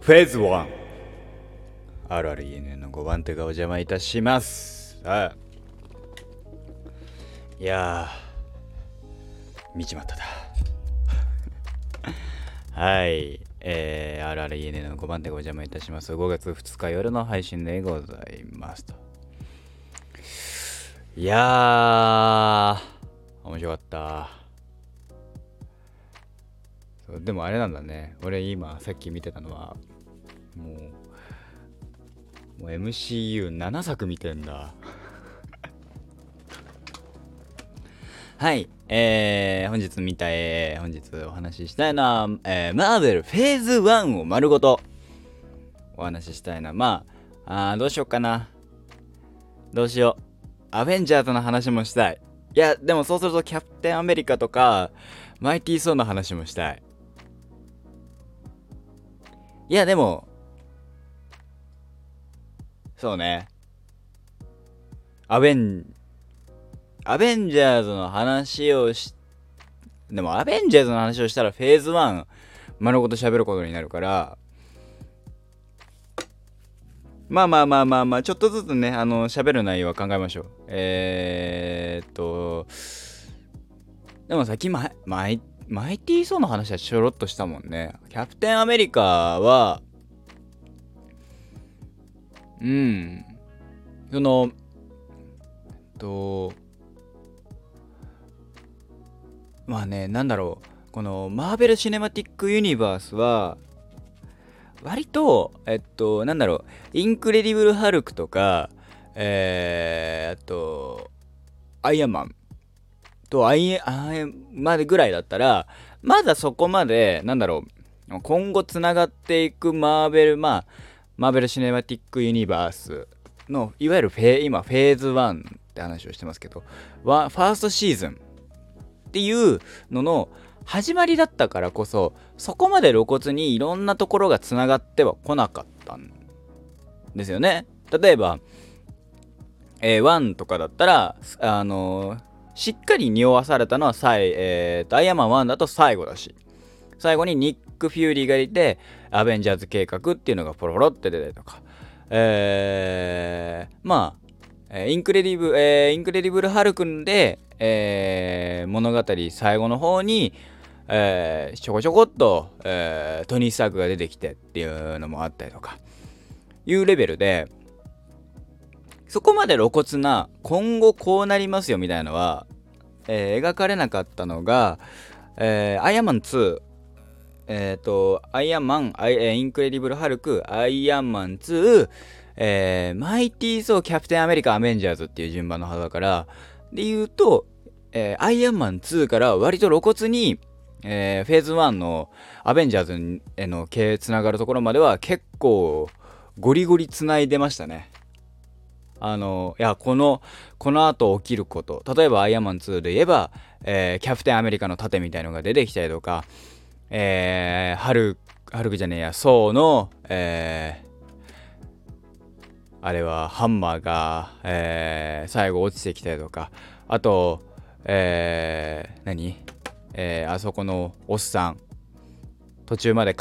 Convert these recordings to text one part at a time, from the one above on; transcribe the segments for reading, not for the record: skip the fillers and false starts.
フェーズ1 RRENN の5番手がお邪魔いたします。いやー見ちまっただはい、RRENN の5番手がお邪魔いたします。5月2日夜の配信でございますと。いやー面白かった。でもあれなんだね、俺今さっき見てたのはもう MCU7 作見てんだはい、本日お話ししたいのは、マーベルフェーズ1を丸ごとお話ししたいな。どうしようかな。アベンジャーズの話もしたい。いやでもそうするとキャプテンアメリカとかマイティー・ソーの話もしたい。いやでもそうね、アベンジャーズの話をでもアベンジャーズの話をしたらフェーズ1丸ごと喋ることになるから、ちょっとずつね喋る内容は考えましょう。でもさっきマイティー・ソーの話はちょろっとしたもんね。キャプテンアメリカはなんだろう、このマーベル・シネマティック・ユニバースは割とインクレディブル・ハルクとかアイアンマンとまでぐらいだったらまだそこまで今後つながっていくマーベル・シネマティック・ユニバースのいわゆる今フェーズ1って話をしてますけど、ファーストシーズンっていうのの始まりだったからこそ、そこまで露骨にいろんなところがつながってはこなかったんですよね。例えば、1とかだったらしっかり匂わされたのはアイアンマン1だと最後だし、最後にニック・フューリーがいてアベンジャーズ計画っていうのがポロポロって出たりとか、インクレディブル・ハルクンで、物語最後の方に、ちょこちょこっと、トニー・スタークが出てきてっていうのもあったりとかいうレベルで、そこまで露骨な今後こうなりますよみたいなのは、描かれなかったのが、アイアンマン2、アイアンマン、インクレディブル・ハルク、アイアンマン2、マイティー・ソー、キャプテン・アメリカ、アベンジャーズっていう順番のはずだから、で言うと、アイアンマン2から割と露骨に、フェーズ1のアベンジャーズへのつながるところまでは結構ゴリゴリつないでましたね。この後起きること、例えばアイアンマン2で言えば、キャプテンアメリカの盾みたいのが出てきたりとか、ハルクじゃねえや、ソーの、あれはハンマーが、最後落ちてきたりとか、あと、あそこのおっさん途中までシ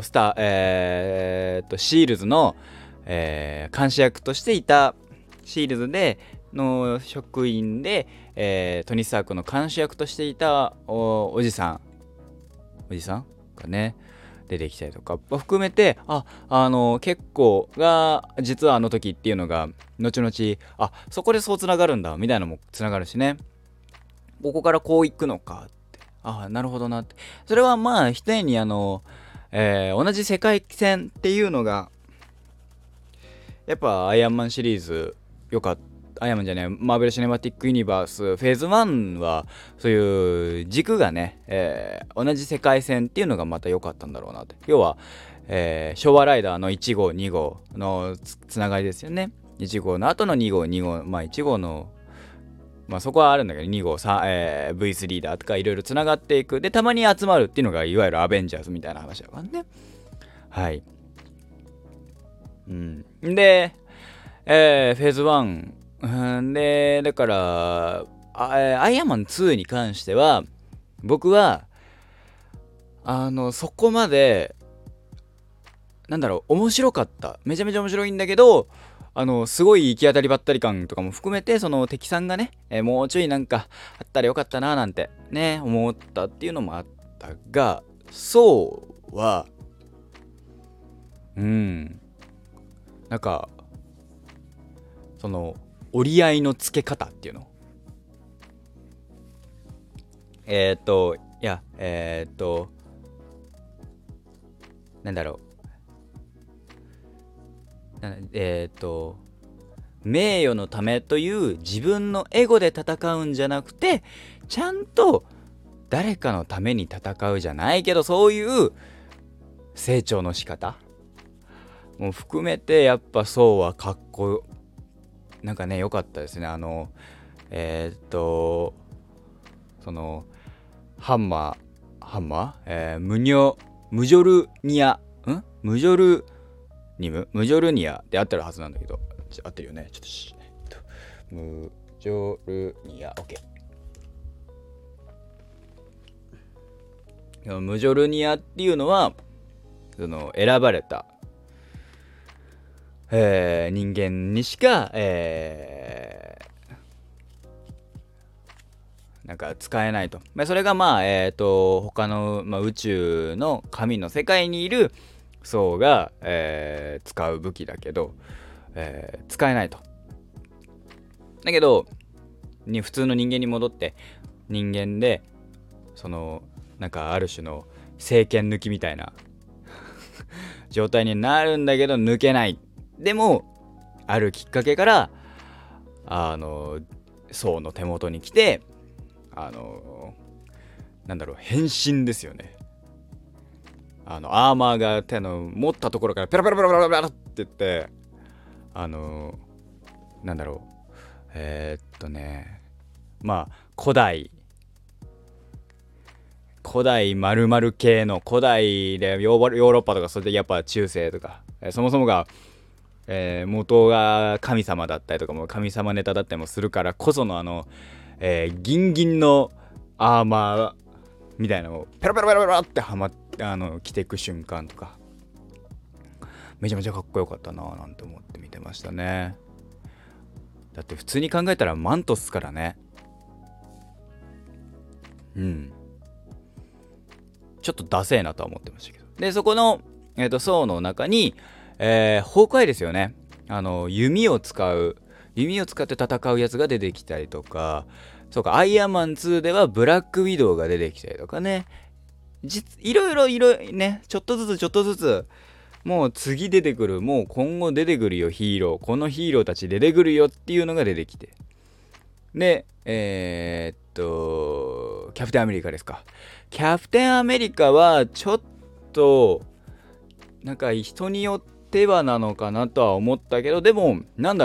ールズの、監視役としていたシールズでの職員で、トニー・スタークの監視役としていたおじさんがね出てきたりとか含めて、結構が実はあの時っていうのが後々そこでそうつながるんだみたいなのもつながるしね、ここからこういくのかって、なるほどなって。それは一重に同じ世界線っていうのがやっぱアイアンマンシリーズよかった。マーベル・シネマティック・ユニバースフェーズ1はそういう軸がね、同じ世界線っていうのがまた良かったんだろうなって。要は、昭和ライダーの1号2号のつながりですよね。1号の後の2号1号のそこはあるんだけど2号V3 だとかいろいろつながっていく。でたまに集まるっていうのがいわゆるアベンジャーズみたいな話だからね。はい。で、フェーズ1でだからアイアンマン2に関しては僕はそこまで面白かった。めちゃめちゃ面白いんだけど、すごい行き当たりばったり感とかも含めて、その敵さんがね、もうちょいなんかあったらよかったななんてね、思ったっていうのもあったが、そうは、なんか、その、折り合いのつけ方っていうの。いや、なんだろ名誉のためという自分のエゴで戦うんじゃなくて、ちゃんと誰かのために戦うじゃないけど、そういう成長の仕方も含めて、やっぱそうはかっこなんかね、良かったですね。そのムジョルニアムジョルニアで合ってるはずなんだけど、合ってるよね。ムジョルニア、OK。ムジョルニアっていうのは、その選ばれた、人間にしか、なんか使えないと。それが他の、宇宙の神の世界にいる層が、使う武器だけど、使えないと。だけど普通の人間に戻って、人間でそのなんかある種の政権抜きみたいな状態になるんだけど、抜けない。でもあるきっかけから層の手元に来て、変身ですよね。アーマーが持ったところからペラペラペラペラペラって言って、古代〇〇系の、古代でヨーロッパとか、それでやっぱ中世とか、そもそもが、元が神様だったりとかも神様ネタだったりもするからこそのギンギンのアーマーみたいなのをペロペロペロペロってはまって着ていく瞬間とか、めちゃめちゃかっこよかったななんて思って見てましたね。だって普通に考えたらマントっすからね。ちょっとダセえなとは思ってましたけど。でそこの層の中に、ホークアイですよね。弓を使って戦うやつが出てきたりとか、そうか、アイアンマン2ではブラックウィドウが出てきたりとかね、いろいろね、ちょっとずつもう次出てくる、もう今後出てくるよヒーロー、このヒーローたち出てくるよっていうのが出てきて、でキャプテンアメリカですか。キャプテンアメリカはちょっとなんか人によってはなのかなとは思ったけど、でも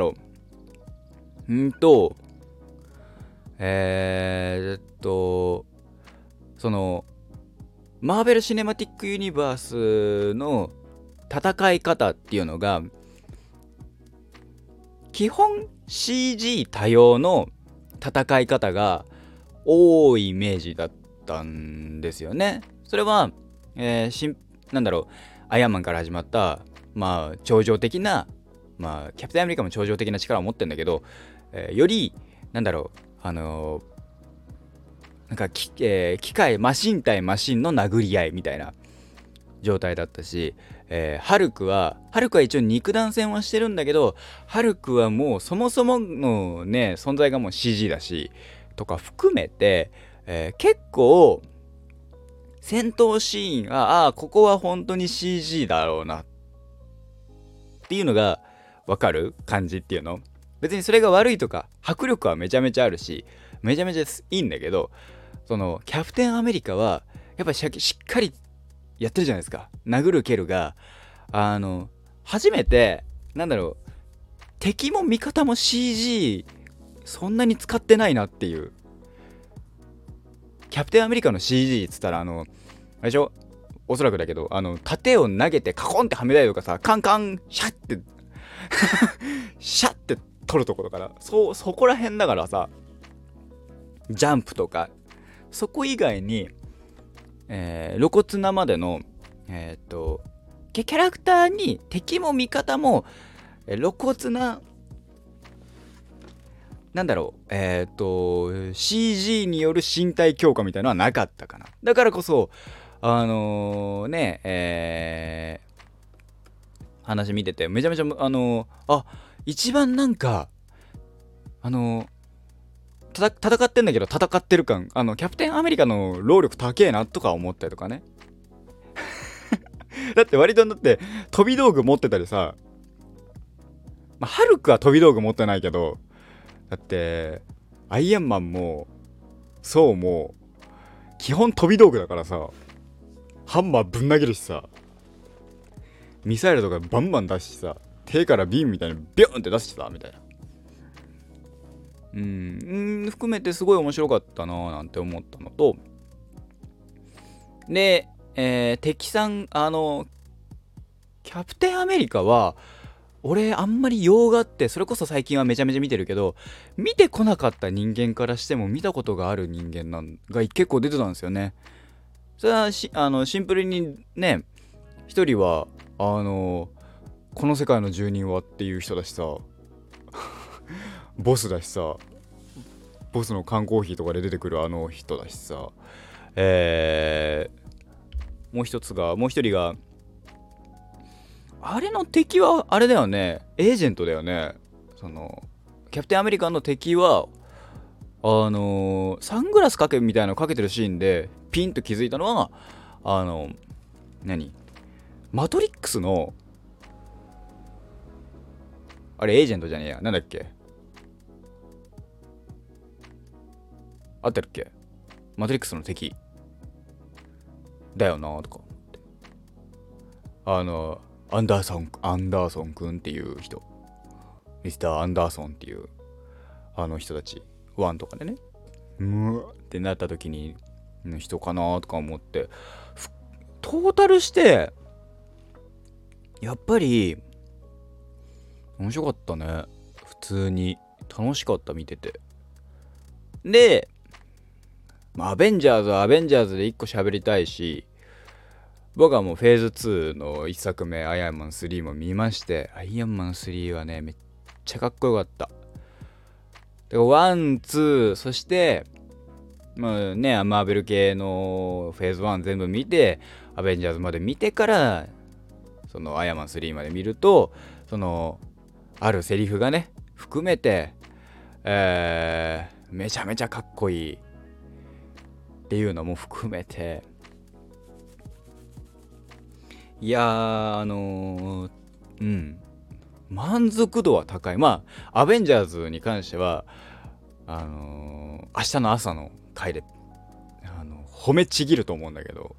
そのマーベル・シネマティック・ユニバースの戦い方っていうのが基本 CG 多様の戦い方が多いイメージだったんですよね。それは、アイアンマンから始まった超常的な、キャプテンアメリカも超常的な力を持ってるんだけど、より機械マシン対マシンの殴り合いみたいな状態だったし、ハルクは一応肉弾戦はしてるんだけど、ハルクはもうそもそものね存在がもう CG だしとか含めて、結構戦闘シーンはここは本当に CG だろうなっていうのが分かる感じっていうの。別にそれが悪いとか、迫力はめちゃめちゃあるしめちゃめちゃいいんだけど、そのキャプテンアメリカはやっぱしっかりやってるじゃないですか。殴る蹴るが初めて敵も味方も CG そんなに使ってないなっていう。キャプテンアメリカの CG っつったらあれでしょ、おそらくだけど盾を投げてカコンってはめたりとかさ、カンカンシャッってシャッって取るところから、そこら辺だからさ、ジャンプとかそこ以外に露骨なまでのキャラクターに敵も味方も露骨ななんだろうCG による身体強化みたいなのはなかったかな。だからこそ話見ててめちゃめちゃ一番なんか戦ってんだけど戦ってる感、キャプテンアメリカの労力高えなとか思ったりとかね。だって割と飛び道具持ってたりさ、ハルクは飛び道具持ってないけど、だってアイアンマンもソウも基本飛び道具だからさ、ハンマーぶん投げるしさ、ミサイルとかバンバン出しさ、手からビームみたいにビューンって出すしさみたいな。含めてすごい面白かったなーなんて思ったのと、で、敵さんキャプテンアメリカは俺あんまり用があって、それこそ最近はめちゃめちゃ見てるけど、見てこなかった人間からしても見たことがある人間が結構出てたんですよね。それはシンプルにね、一人はこの世界の住人はっていう人だしさボスだしさ、ボスの缶コーヒーとかで出てくるあの人だしさ、もう一人があれの敵はあれだよね、エージェントだよね。キャプテンアメリカの敵はサングラスかけみたいなのかけてるシーンでピンと気づいたのはマトリックスのあれエージェントじゃねえや、なんだっけ、あったっけ、マトリックスの敵だよなとか思って、アンダーソンくんっていう人、ミスターアンダーソンっていう人たちワンとかでね、ってなった時に人かなとか思って、トータルしてやっぱり面白かったね。普通に楽しかった、見てて。で、アベンジャーズで1個喋りたいし、僕はもうフェーズ2の1作目アイアンマン3も見まして、アイアンマン3はねめっちゃかっこよかった。でワンツー、そしてマーベル系のフェーズ1全部見て、アベンジャーズまで見てからそのアイアンマン3まで見ると、あるセリフがね含めて、めちゃめちゃかっこいいっていうのも含めて、いやー満足度は高い。アベンジャーズに関しては明日の朝の回で褒めちぎると思うんだけど、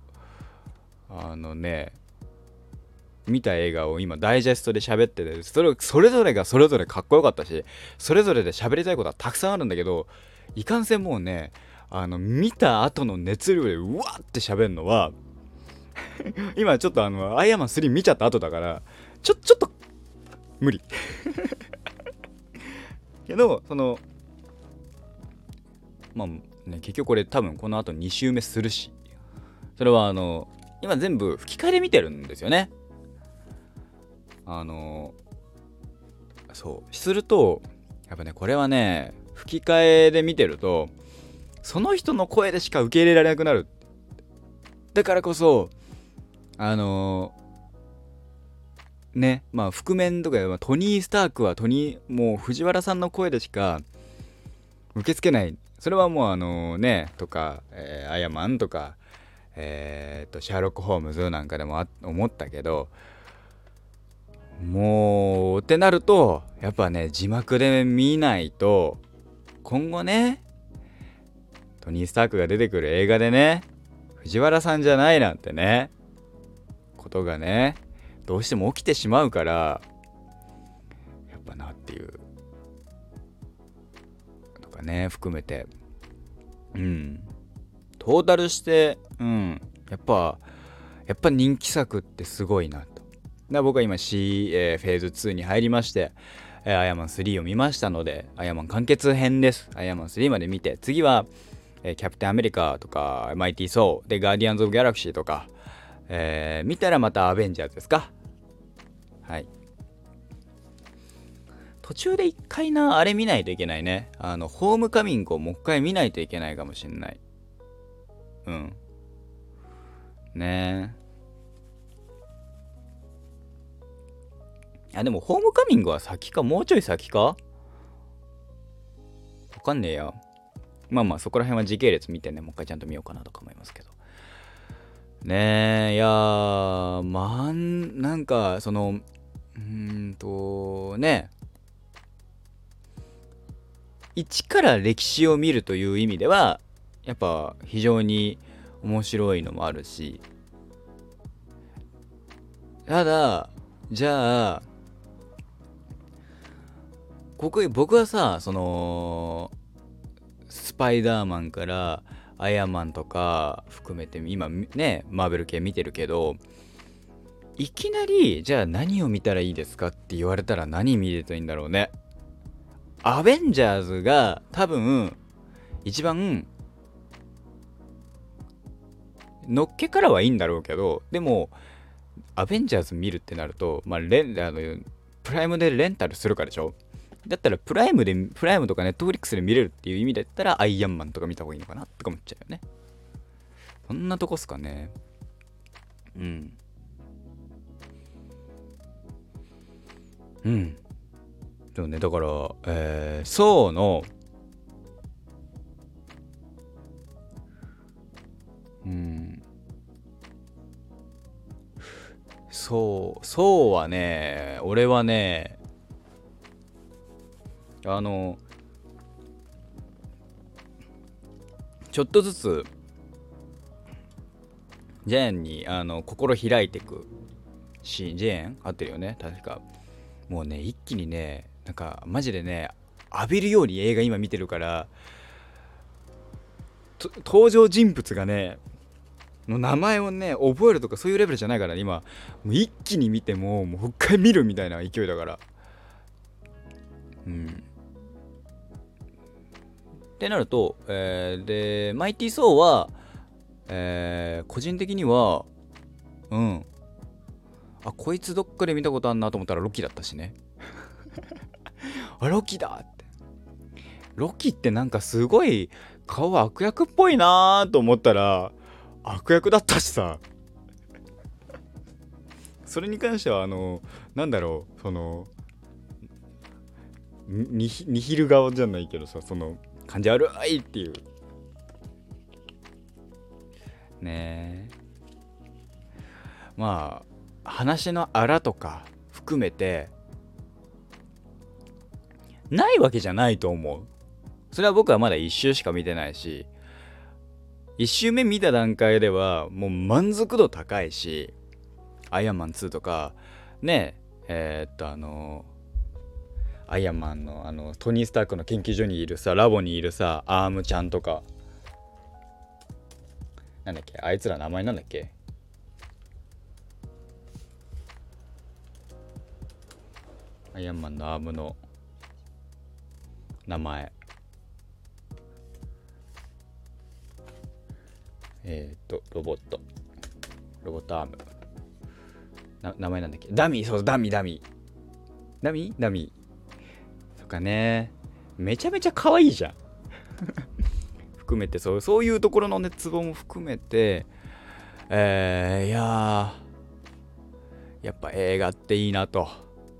見た映画を今ダイジェストで喋ってて、それぞれがそれぞれかっこよかったし、それぞれで喋りたいことはたくさんあるんだけど、いかんせんもうね見た後の熱量でうわーって喋るのは今ちょっとアイアンマン3見ちゃった後だからちょっと無理けど結局これ多分この後2周目するし、それは今全部吹き替えで見てるんですよね。そうするとやっぱね、これはね吹き替えで見てるとその人の声でしか受け入れられなくなる。だからこそ覆面とか、トニー・スタークはもう藤原さんの声でしか受け付けない。それはもうとか、アイアンマンとか、シャーロック・ホームズなんかでも思ったけど、もうってなるとやっぱね字幕で見ないと、今後ねトニー・スタークが出てくる映画でね藤原さんじゃないなんてねことがねどうしても起きてしまうから、やっぱなっていうとかね含めてトータルしてやっぱ人気作ってすごいなと。僕は今フェーズ2に入りまして、アイアンマン3を見ましたので、アイアンマン完結編です。アイアンマン3まで見て、次は、キャプテンアメリカとかマイティー・ソーでガーディアンズ・オブ・ギャラクシーとか、 見たらまたアベンジャーズですか。はい。途中で一回あれ見ないといけないね。ホームカミングをもう一回見ないといけないかもしんない。うん。ねえ。でもホームカミングは先か、もうちょい先かわかんねえや。まあまあ、そこら辺は時系列見てね、もう一回ちゃんと見ようかなとか思いますけど。ねえ、いやー、なんか、ね、一から歴史を見るという意味では、やっぱ非常に面白いのもあるし、ただ、じゃあ、僕はさ、スパイダーマンからアイアンマンとか含めて今ね、マーベル系見てるけど、いきなりじゃあ何を見たらいいですかって言われたら何見るといいんだろうね。アベンジャーズが多分一番のっけからはいいんだろうけど、でもアベンジャーズ見るってなると、まあ、プライムでレンタルするからでしょ。だったらプライムとかネットフリックスで見れるっていう意味だったらアイアンマンとか見た方がいいのかなとか思っちゃうよね。そんなとこっすかね。うん。うん。でもね、だから、ソーの、うん、そうはね、俺はね、ちょっとずつ、ジェーンに、心開いていくし、ジェーン合ってるよね、確か。もうね、一気にね、なんか、マジでね、浴びるように映画今見てるから、登場人物がね、の名前をね、覚えるとかそういうレベルじゃないから、ね、今、もう一気に見てもう一回見るみたいな勢いだから。うん。ってなると、で、マイティー・ソーは、個人的には、うん。こいつどっかで見たことあんなと思ったらロキだったしね。ロキだって。ロキってなんかすごい顔悪役っぽいなーと思ったら、悪役だったしさ。それに関しては、なんだろう、ニヒル顔じゃないけどさ、感じ悪いっていう。ねえ。まあ、話のあらとか含めて、ないわけじゃないと思う。それは僕はまだ一周しか見てないし、一周目見た段階ではもう満足度高いし、アイアンマン2とか、ねアイアンマンのトニー・スタークの研究所にいるさ、ラボにいるさ、アームちゃんとか、なんだっけ、あいつら名前なんだっけ。アイアンマンのアームの名前。ロボットアーム。名前なんだっけ。ダミー、そう、ダミー。とかね。めちゃめちゃ可愛いじゃん。含めてそういうところのね、ツボも含めて、いややっぱ映画っていいなと。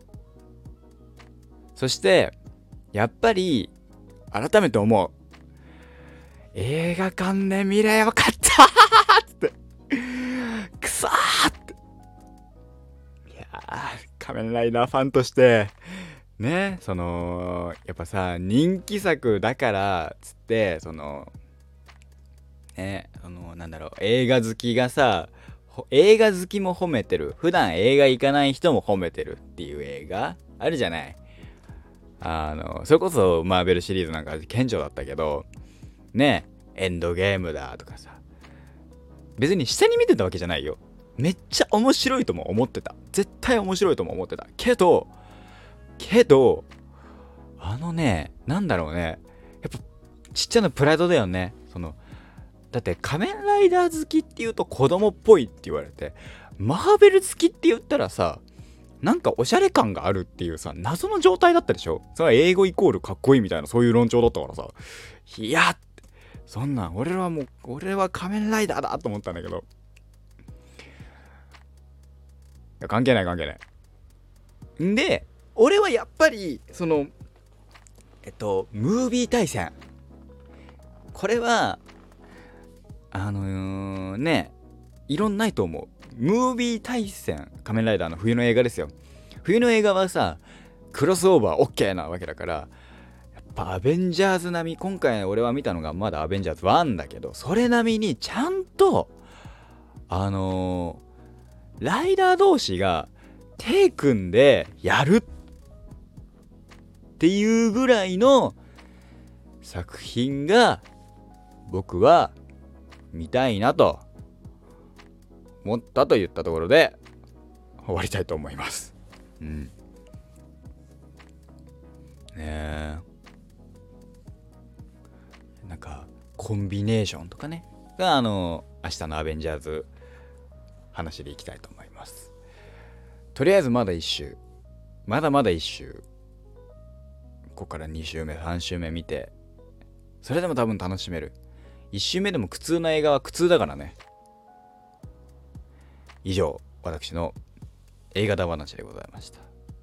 そして、やっぱり、改めて思う。映画館で見れよかったーって。くそーって。いや仮面ライダーファンとして、ね、やっぱさ、人気作だから、つって、なんだろう、映画好きがさ、映画好きも褒めてる。普段映画行かない人も褒めてるっていう映画あるじゃない。それこそマーベルシリーズなんか顕著だったけど、ね、エンドゲームだとかさ。別に下に見てたわけじゃないよ。めっちゃ面白いとも思ってた。絶対面白いとも思ってた。けど、なんだろうね。やっぱちっちゃなプライドだよね。 だって仮面ライダー好きって言うと子供っぽいって言われて、マーベル好きって言ったらさ、なんかおしゃれ感があるっていうさ、謎の状態だったでしょ。それは英語イコールかっこいいみたいな、そういう論調だったからさ、いやそんなん俺は仮面ライダーだと思ったんだけど、いや関係ないんで、俺はやっぱりそのムービー対戦、これはね、異論ないと思う。ムービー対戦仮面ライダーの冬の映画ですよ。冬の映画はさ、クロスオーバー OK なわけだから、やっぱアベンジャーズ並み、今回俺は見たのがまだアベンジャーズ1だけど、それ並みにちゃんとライダー同士が手組んでやるっていうぐらいの作品が僕は見たいなと思ったといったところで終わりたいと思います。ねえ、なんかコンビネーションとかねが明日のアベンジャーズ話でいきたいと思います。とりあえずまだまだ一周、ここから2周目3周目見て、それでも多分楽しめる。1周目でも苦痛な映画は苦痛だからね。以上、私の映画だ話でございました。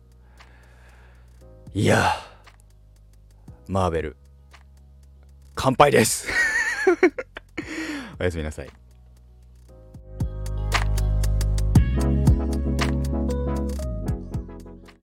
いやー、マーベル乾杯ですおやすみなさい。